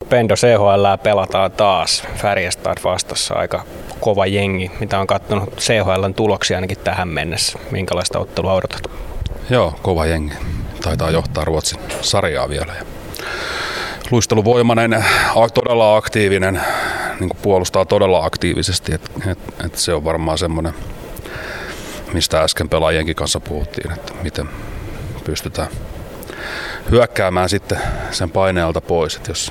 Pendo, CHL pelataan taas. Färjestad vastassa, aika kova jengi, mitä on katsonut CHL:n tuloksia ainakin tähän mennessä. Minkälaista ottelua odotat? Joo, kova jengi. Taitaa johtaa Ruotsin sarjaa vielä. Luisteluvoimainen, todella aktiivinen, niin kuin puolustaa todella aktiivisesti. Et se on varmaan semmoinen, mistä äsken pelaajienkin kanssa puhuttiin, että miten pystytään hyökkäämään sitten sen paineelta pois. Et jos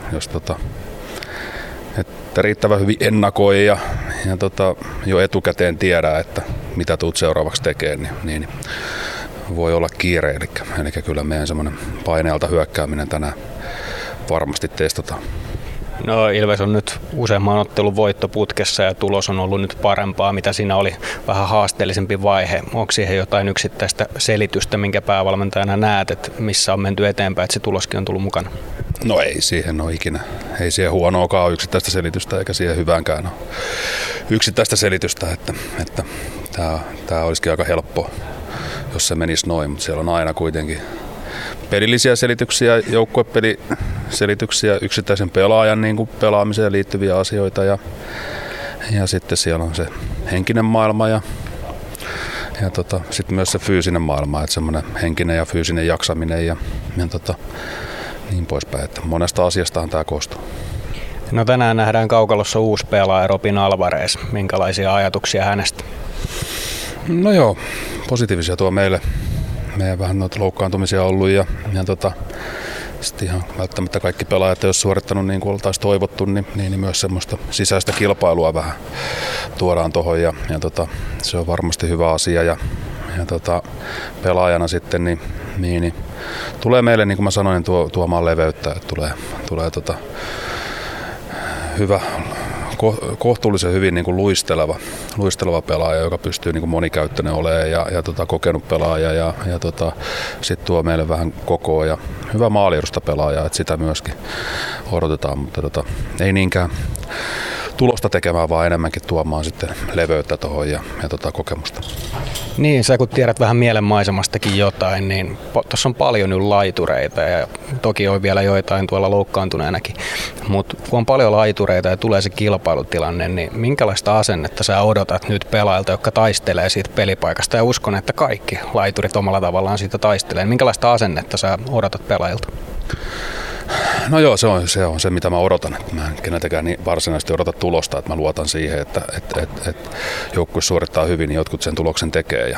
että riittävän hyvin ennakoi ja jo etukäteen tiedä, että mitä tuut seuraavaksi tekee, niin voi olla kiire. Eli kyllä meidän semmoinen paineelta hyökkääminen tänään varmasti testataan. No, Ilves on nyt useamman ottelun voittoputkessa ja tulos on ollut nyt parempaa, mitä siinä oli vähän haasteellisempi vaihe. Onko siihen jotain yksittäistä selitystä, minkä päävalmentajana näet, että missä on menty eteenpäin, että se tuloskin on tullut mukana? No ei siihen ole ikinä. Ei siihen huonoakaan yksittäistä selitystä eikä siihen hyväänkään ole yksittäistä selitystä, että tämä olisikin aika helppo, jos se menisi noin, mutta siellä on aina kuitenkin pelillisiä selityksiä, joukkuepeliselityksiä, yksittäisen pelaajan niin kuin pelaamiseen liittyviä asioita ja sitten siellä on se henkinen maailma ja sitten myös se fyysinen maailma, että semmoinen henkinen ja fyysinen jaksaminen ja niin poispäin, että monesta asiastahan tämä koostuu. No, tänään nähdään kaukalossa uusi pelaaja Robin Alvarez. Minkälaisia ajatuksia hänestä? No joo, positiivisia tuo meille. Meidän vähän noita loukkaantumisia ollut ja sitten ihan välttämättä kaikki pelaajat ei ole suorittanut niin kuin oltaisiin toivottu, niin myös semmoista sisäistä kilpailua vähän tuodaan tuohon ja se on varmasti hyvä asia ja pelaajana sitten niin tulee meille, niin kuin mä sanoin, tuomaan leveyttä, että tulee hyvä, kohtuullisen hyvin niin kuin luisteleva pelaaja, joka pystyy niin kuin monikäyttöinen olemaan ja kokenut pelaaja ja sitten tuo meille vähän kokoa ja hyvä maaliedusta pelaaja, että sitä myöskin odotetaan, mutta ei niinkään tulosta tekemään, vaan enemmänkin tuomaan sitten leveyttä tuohon ja kokemusta. Niin, sä kun tiedät vähän mielenmaisemastakin jotain, niin tuossa on paljon nyt laitureita ja toki on vielä joitain tuolla loukkaantuneenakin, mutta kun on paljon laitureita ja tulee se kilpailutilanne, niin minkälaista asennetta sä odotat nyt pelaajilta, jotka taistelee siitä pelipaikasta ja uskon, että kaikki laiturit omalla tavallaan siitä taistelee. Minkälaista asennetta sä odotat pelaajilta? No joo, se on se, mitä mä odotan. Että mä en keneltäkään niin varsinaisesti odota tulosta, että mä luotan siihen, että joukkue suorittaa hyvin, niin jotkut sen tuloksen tekee.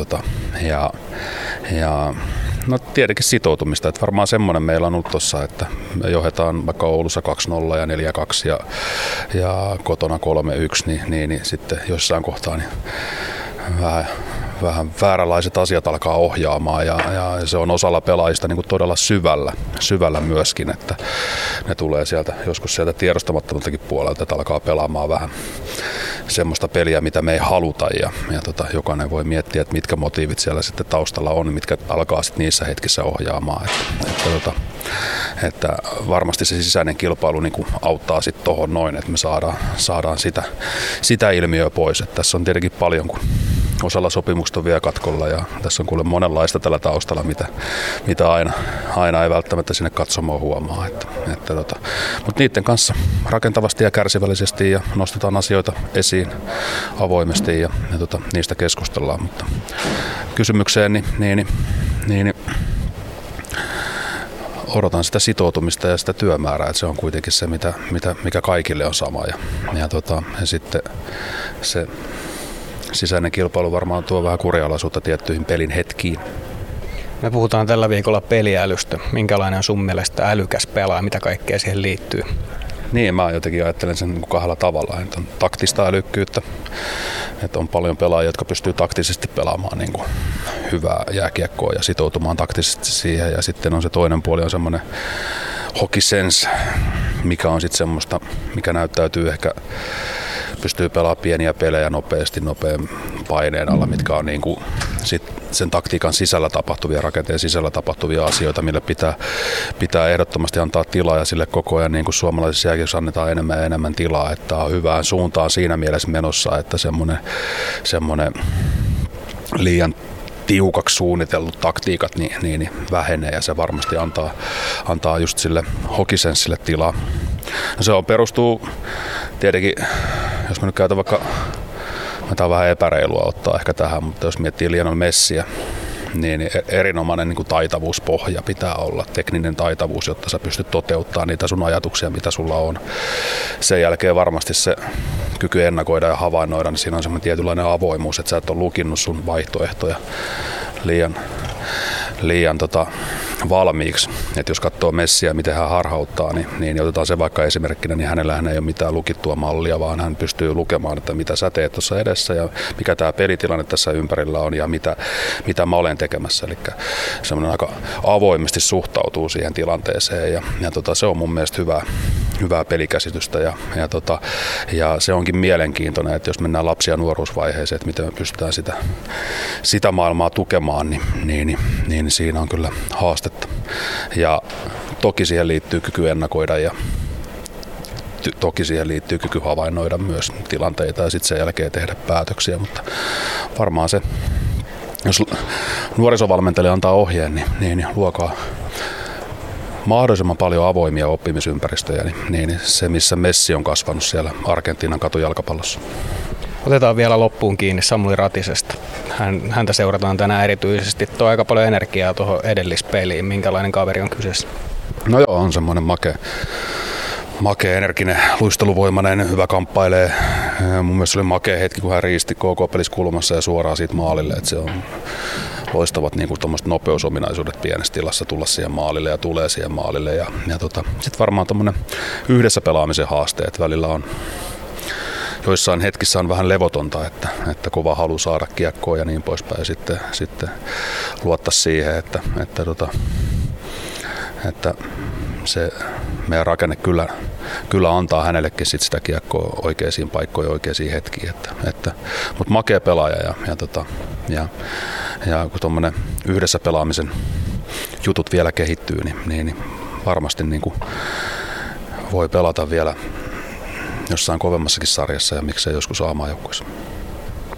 No tietenkin sitoutumista, että varmaan semmoinen meillä on ollut tuossa, että me johdetaan vaikka Oulussa 2-0 ja 4-2 ja kotona 3-1, niin sitten jossain kohtaa niin vähän vääränlaiset asiat alkaa ohjaamaan ja se on osalla pelaajista niin kuin todella syvällä myöskin, että ne tulee joskus sieltä tiedostamattomaltakin puolelta, että alkaa pelaamaan vähän semmoista peliä, mitä me ei haluta ja jokainen voi miettiä, että mitkä motiivit siellä sitten taustalla on, mitkä alkaa sitten niissä hetkissä ohjaamaan, että varmasti se sisäinen kilpailu niin kuin auttaa sitten tohon noin, että me saadaan sitä ilmiöä pois, että tässä on tietenkin paljon, kun osalla sopimukset on vielä katkolla ja tässä on kuule monenlaista tällä taustalla, mitä aina ei välttämättä sinne katsomaan huomaa. Mutta niiden kanssa rakentavasti ja kärsivällisesti ja nostetaan asioita esiin avoimesti ja niistä keskustellaan. Mutta kysymykseen, niin odotan sitä sitoutumista ja sitä työmäärää, että se on kuitenkin se, mikä kaikille on sama. Ja sitten se sisäinen kilpailu varmaan tuo vähän kurialaisuutta tiettyihin pelin hetkiin. Me puhutaan tällä viikolla peliälystä. Minkälainen on sun mielestä älykäs pelaaja? Mitä kaikkea siihen liittyy? Niin, mä jotenkin ajattelen sen kahdella tavalla. Että on taktista älykkyyttä, että on paljon pelaajia, jotka pystyy taktisesti pelaamaan niin kuin hyvää jääkiekkoa ja sitoutumaan taktisesti siihen. Ja sitten on se toinen puoli, on semmoinen hockey sense, mikä on sitten semmoista, mikä näyttäytyy ehkä, pystyy pelaamaan pieniä pelejä nopeasti, nopean paineen alla, mitkä on niin kuin sit sen taktiikan sisällä tapahtuvia, rakenteen sisällä tapahtuvia asioita, mille pitää ehdottomasti antaa tilaa ja sille koko ajan niin kuin suomalaisessa jääkiekossa annetaan enemmän ja enemmän tilaa, että on hyvään suuntaan siinä mielessä menossa, että semmoinen liian tiukaksi suunnitellut taktiikat niin vähenee ja se varmasti antaa just sille hokisenssille No se perustuu tietenkin, jos mä nyt käytän vaikka, tämä on vähän epäreilua ottaa ehkä tähän, mutta jos miettii Lionel Messiä, niin erinomainen niin kuin taitavuuspohja pitää olla, tekninen taitavuus, jotta sä pystyt toteuttamaan niitä sun ajatuksia, mitä sulla on. Sen jälkeen varmasti se kyky ennakoida ja havainnoida, niin siinä on semmoinen tietynlainen avoimuus, että sä et ole lukinnut sun vaihtoehtoja liian valmiiksi. Et jos katsoo Messiä, miten hän harhauttaa, niin otetaan se vaikka esimerkkinä, niin hänellähän ei ole mitään lukittua mallia, vaan hän pystyy lukemaan, että mitä sä teet tuossa edessä ja mikä tämä pelitilanne tässä ympärillä on ja mitä mä olen tekemässä. Eli semmoinen aika avoimesti suhtautuu siihen tilanteeseen ja se on mun mielestä hyvää pelikäsitystä ja se onkin mielenkiintoinen, että jos mennään lapsi- ja nuoruusvaiheeseen, että miten me pystytään sitä maailmaa tukemaan, niin siinä on kyllä haastetta. Ja toki siihen liittyy kyky ennakoida ja toki siihen liittyy kyky havainnoida myös tilanteita ja sitten sen jälkeen tehdä päätöksiä, mutta varmaan se, jos nuorisovalmentaja antaa ohjeen, niin luokaa mahdollisimman paljon avoimia oppimisympäristöjä, niin se missä Messi on kasvanut siellä Argentiinan katujalkapallossa. Otetaan vielä loppuun kiinni Samuli Ratisesta. Häntä seurataan tänään erityisesti. Tuo aika paljon energiaa tuohon edellispeliin. Minkälainen kaveri on kyseessä? No joo, on semmoinen makea, energinen, luisteluvoimainen, hyvä kamppailee. Mun mielestä se oli makea hetki, kun hän riisti KK-pelissä kulmassa ja suoraan siitä maalille. Että se on loistavat niin tuommoiset nopeusominaisuudet pienessä tilassa tulla siihen maalille ja tulee siihen maalille. Ja sitten varmaan tommoinen yhdessä pelaamisen haaste, että välillä on joissain hetkissä on vähän levotonta, että kova halu saada kiekkoa ja niin poispäin. Ja sitten luottaa siihen, että se meidän rakenne kyllä antaa hänellekin sit sitä kiekkoa oikeisiin paikkoihin, oikeisiin hetkiin. Mutta makea pelaaja ja kun tuommoinen yhdessä pelaamisen jutut vielä kehittyy, niin varmasti niin kuin voi pelata vielä jossain kovemmassakin sarjassa ja miksei joskus A-maajoukkueessa.